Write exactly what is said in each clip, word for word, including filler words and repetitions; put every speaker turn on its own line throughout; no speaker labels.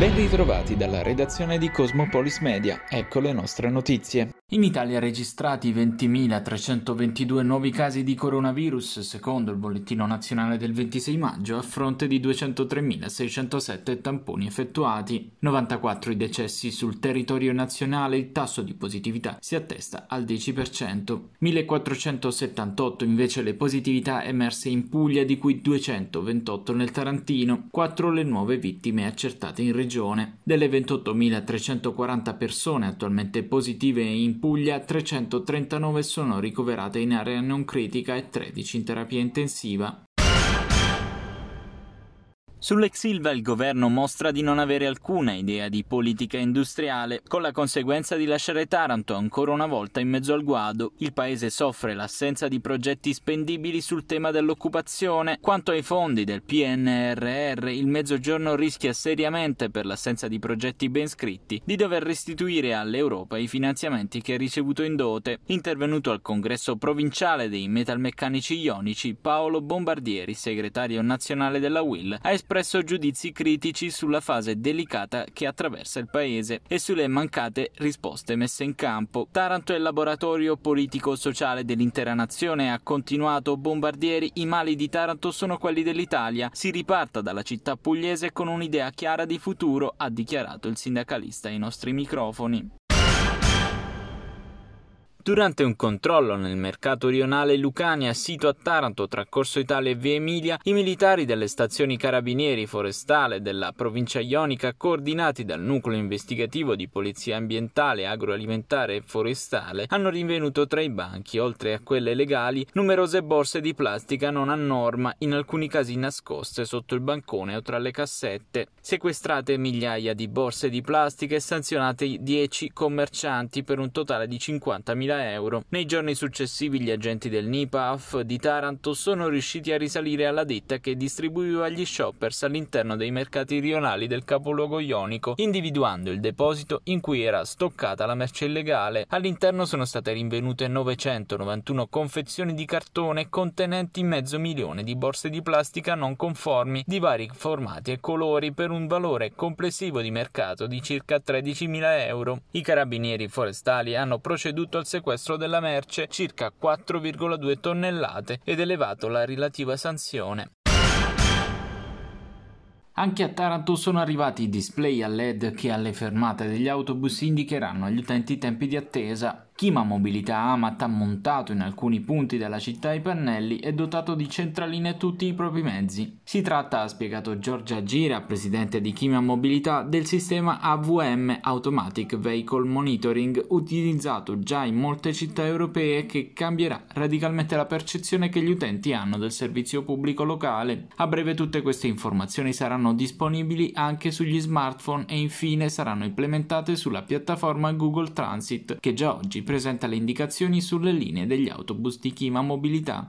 Ben ritrovati dalla redazione di Cosmopolis Media, ecco le nostre notizie. In Italia registrati ventimilatrecentoventidue nuovi casi di coronavirus, secondo il bollettino nazionale del ventisei maggio, a fronte di duecentotremilaseicentosette tamponi effettuati. novantaquattro i decessi sul territorio nazionale, il tasso di positività si attesta al dieci per cento. millequattrocentosettantotto invece le positività emerse in Puglia, di cui duecentoventotto nel Tarantino, quattro le nuove vittime accertate in regione. Delle ventottomilatrecentoquaranta persone attualmente positive in Puglia, trecentotrentanove sono ricoverate in area non critica e tredici in terapia intensiva. Sull'ex Ilva il governo mostra di non avere alcuna idea di politica industriale, con la conseguenza di lasciare Taranto ancora una volta in mezzo al guado. Il paese soffre l'assenza di progetti spendibili sul tema dell'occupazione. Quanto ai fondi del P N R R, il Mezzogiorno rischia seriamente, per l'assenza di progetti ben scritti, di dover restituire all'Europa i finanziamenti che ha ricevuto in dote. Intervenuto al congresso provinciale dei metalmeccanici ionici, Paolo Bombardieri, segretario nazionale della U I L, ha espresso giudizi critici sulla fase delicata che attraversa il paese e sulle mancate risposte messe in campo. Taranto è il laboratorio politico-sociale dell'intera nazione, ha continuato Bombardieri. I mali di Taranto sono quelli dell'Italia. Si riparta dalla città pugliese con un'idea chiara di futuro, ha dichiarato il sindacalista ai nostri microfoni. Durante un controllo nel mercato rionale Lucania, sito a Taranto tra Corso Italia e Via Emilia, i militari delle stazioni Carabinieri Forestale della provincia ionica, coordinati dal nucleo investigativo di polizia ambientale, agroalimentare e forestale, hanno rinvenuto tra i banchi, oltre a quelle legali, numerose borse di plastica non a norma, in alcuni casi nascoste sotto il bancone o tra le cassette. Sequestrate migliaia di borse di plastica e sanzionati dieci commercianti per un totale di cinquantamila euro. Nei giorni successivi gli agenti del N I P A F di Taranto sono riusciti a risalire alla ditta che distribuiva gli shoppers all'interno dei mercati rionali del capoluogo ionico, individuando il deposito in cui era stoccata la merce illegale. All'interno sono state rinvenute novecentonovantuno confezioni di cartone contenenti mezzo milione di borse di plastica non conformi di vari formati e colori, per un valore complessivo di mercato di circa tredicimila euro. I carabinieri forestali hanno proceduto al sequestro della merce, circa quattro virgola due tonnellate, ed elevato la relativa sanzione. Anche a Taranto sono arrivati i display a L E D che alle fermate degli autobus indicheranno agli utenti i tempi di attesa. Chima Mobilità Amat ha montato in alcuni punti della città i pannelli e dotato di centraline tutti i propri mezzi. Si tratta, ha spiegato Giorgia Gira, presidente di Chima Mobilità, del sistema A V M Automatic Vehicle Monitoring, utilizzato già in molte città europee, che cambierà radicalmente la percezione che gli utenti hanno del servizio pubblico locale. A breve tutte queste informazioni saranno disponibili anche sugli smartphone e infine saranno implementate sulla piattaforma Google Transit, che già oggi presenta le indicazioni sulle linee degli autobus di Chima Mobilità.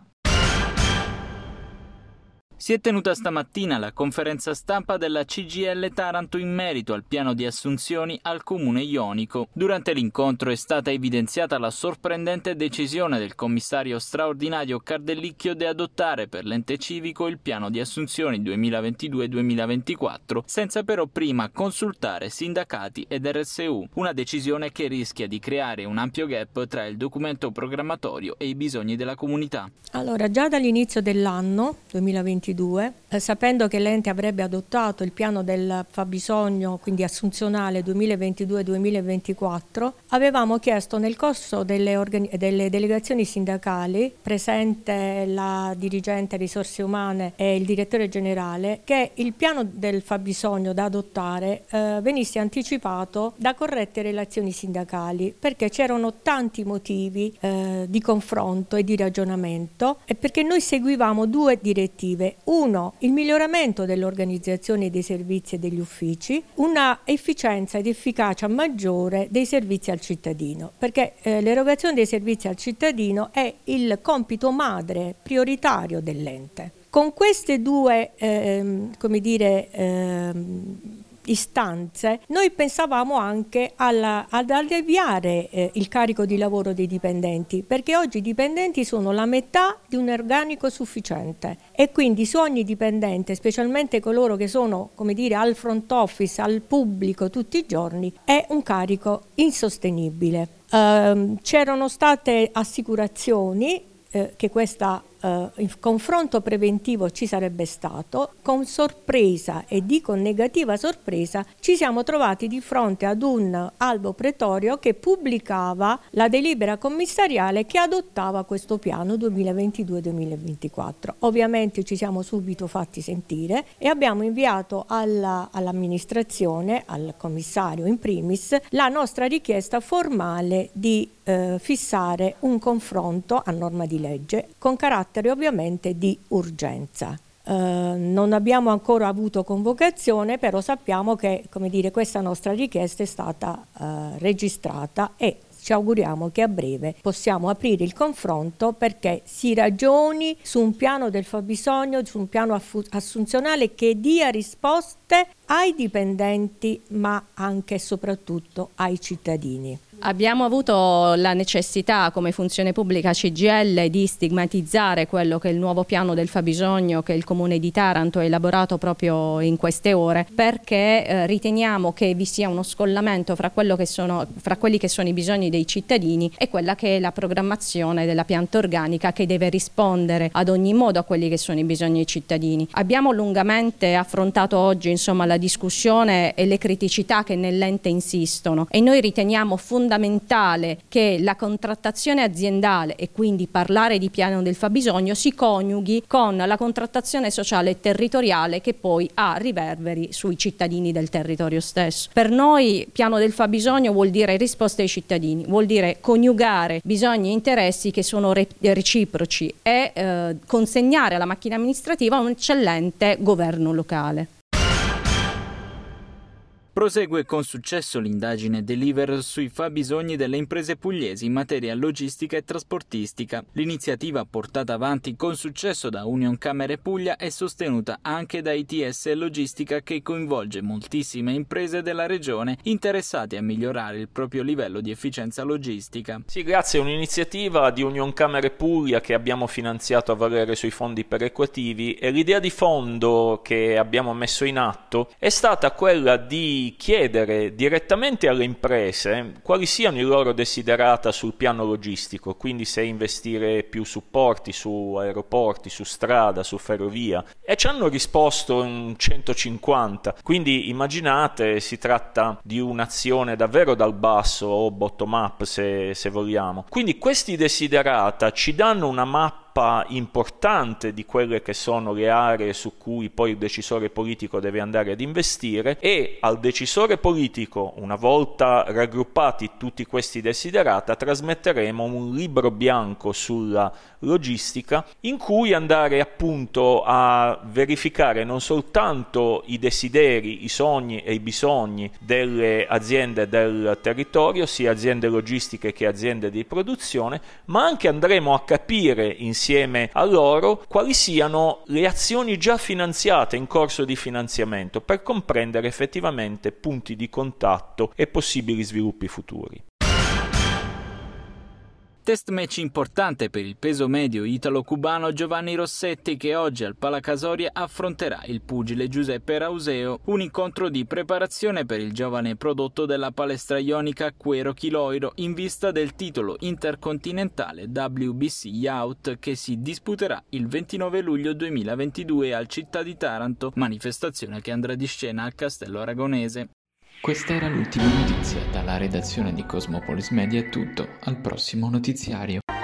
Si è tenuta stamattina la conferenza stampa della C G I L Taranto in merito al piano di assunzioni al comune ionico. Durante l'incontro è stata evidenziata la sorprendente decisione del commissario straordinario Cardellicchio di adottare per l'ente civico il piano di assunzioni duemilaventidue duemilaventiquattro, senza però prima consultare sindacati ed R S U, una decisione che rischia di creare un ampio gap tra il documento programmatorio e i bisogni della comunità.
Allora, già dall'inizio dell'anno duemilaventidue, eh, sapendo che l'ente avrebbe adottato il piano del fabbisogno, quindi assunzionale duemilaventidue duemilaventiquattro, avevamo chiesto nel corso delle, organi- delle delegazioni sindacali, presente la dirigente risorse umane e il direttore generale, che il piano del fabbisogno da adottare eh, venisse anticipato da corrette relazioni sindacali, perché c'erano tanti motivi eh, di confronto e di ragionamento, e perché noi seguivamo due direttive. Uno, il miglioramento dell'organizzazione dei servizi e degli uffici, una efficienza ed efficacia maggiore dei servizi al cittadino, perché eh, l'erogazione dei servizi al cittadino è il compito madre prioritario dell'ente. Con queste due, ehm, come dire, ehm, istanze, noi pensavamo anche alla, ad alleviare eh, il carico di lavoro dei dipendenti, perché oggi i dipendenti sono la metà di un organico sufficiente e quindi su ogni dipendente, specialmente coloro che sono, come dire, al front office, al pubblico tutti i giorni, è un carico insostenibile. Uh, c'erano state assicurazioni eh, che questa Uh, il confronto preventivo ci sarebbe stato. Con sorpresa, e dico negativa sorpresa, ci siamo trovati di fronte ad un albo pretorio che pubblicava la delibera commissariale che adottava questo piano duemilaventidue duemilaventiquattro. Ovviamente ci siamo subito fatti sentire e abbiamo inviato alla, all'amministrazione, al commissario in primis, la nostra richiesta formale di eh, fissare un confronto a norma di legge con carattere ovviamente di urgenza. Uh, non abbiamo ancora avuto convocazione, però sappiamo che, come dire, questa nostra richiesta è stata uh, registrata e ci auguriamo che a breve possiamo aprire il confronto perché si ragioni su un piano del fabbisogno, su un piano affu- assunzionale che dia risposte ai dipendenti ma anche e soprattutto ai cittadini.
Abbiamo avuto la necessità come funzione pubblica C G I L di stigmatizzare quello che è il nuovo piano del fabbisogno che il Comune di Taranto ha elaborato proprio in queste ore, perché eh, riteniamo che vi sia uno scollamento fra, quello che sono, fra quelli che sono i bisogni dei cittadini e quella che è la programmazione della pianta organica che deve rispondere ad ogni modo a quelli che sono i bisogni dei cittadini. Abbiamo lungamente affrontato oggi insomma la discussione e le criticità che nell'ente insistono e noi riteniamo fondamentale fondamentale che la contrattazione aziendale e quindi parlare di piano del fabbisogno si coniughi con la contrattazione sociale e territoriale che poi ha riverberi sui cittadini del territorio stesso. Per noi piano del fabbisogno vuol dire risposta ai cittadini, vuol dire coniugare bisogni e interessi che sono re- reciproci e eh, consegnare alla macchina amministrativa un eccellente governo locale.
Prosegue con successo l'indagine Deliver sui fabbisogni delle imprese pugliesi in materia logistica e trasportistica. L'iniziativa, portata avanti con successo da Unioncamere Puglia, è sostenuta anche da I T S Logistica, che coinvolge moltissime imprese della regione interessate a migliorare il proprio livello di efficienza logistica.
Sì, grazie a un'iniziativa di Unioncamere Puglia che abbiamo finanziato a valere sui fondi perequativi, e l'idea di fondo che abbiamo messo in atto è stata quella di chiedere direttamente alle imprese quali siano i loro desiderata sul piano logistico, quindi se investire più su porti, su aeroporti, su strada, su ferrovia, e ci hanno risposto in centocinquanta, quindi immaginate, si tratta di un'azione davvero dal basso o bottom up se, se vogliamo. Quindi questi desiderata ci danno una mappa importante di quelle che sono le aree su cui poi il decisore politico deve andare ad investire, e al decisore politico, una volta raggruppati tutti questi desiderata, trasmetteremo un libro bianco sulla logistica in cui andare appunto a verificare non soltanto i desideri, i sogni e i bisogni delle aziende del territorio, sia aziende logistiche che aziende di produzione, ma anche andremo a capire insieme insieme a loro quali siano le azioni già finanziate in corso di finanziamento per comprendere effettivamente punti di contatto e possibili sviluppi futuri.
Test match importante per il peso medio italo-cubano Giovanni Rossetti, che oggi al Palacasoria affronterà il pugile Giuseppe Rauseo, un incontro di preparazione per il giovane prodotto della palestra ionica Cuero Chiloiro in vista del titolo intercontinentale W B C Youth che si disputerà il ventinove luglio duemilaventidue al Città di Taranto, manifestazione che andrà di scena al Castello Aragonese.
Questa era l'ultima notizia. Dalla redazione di Cosmopolis Media è tutto. Al prossimo notiziario.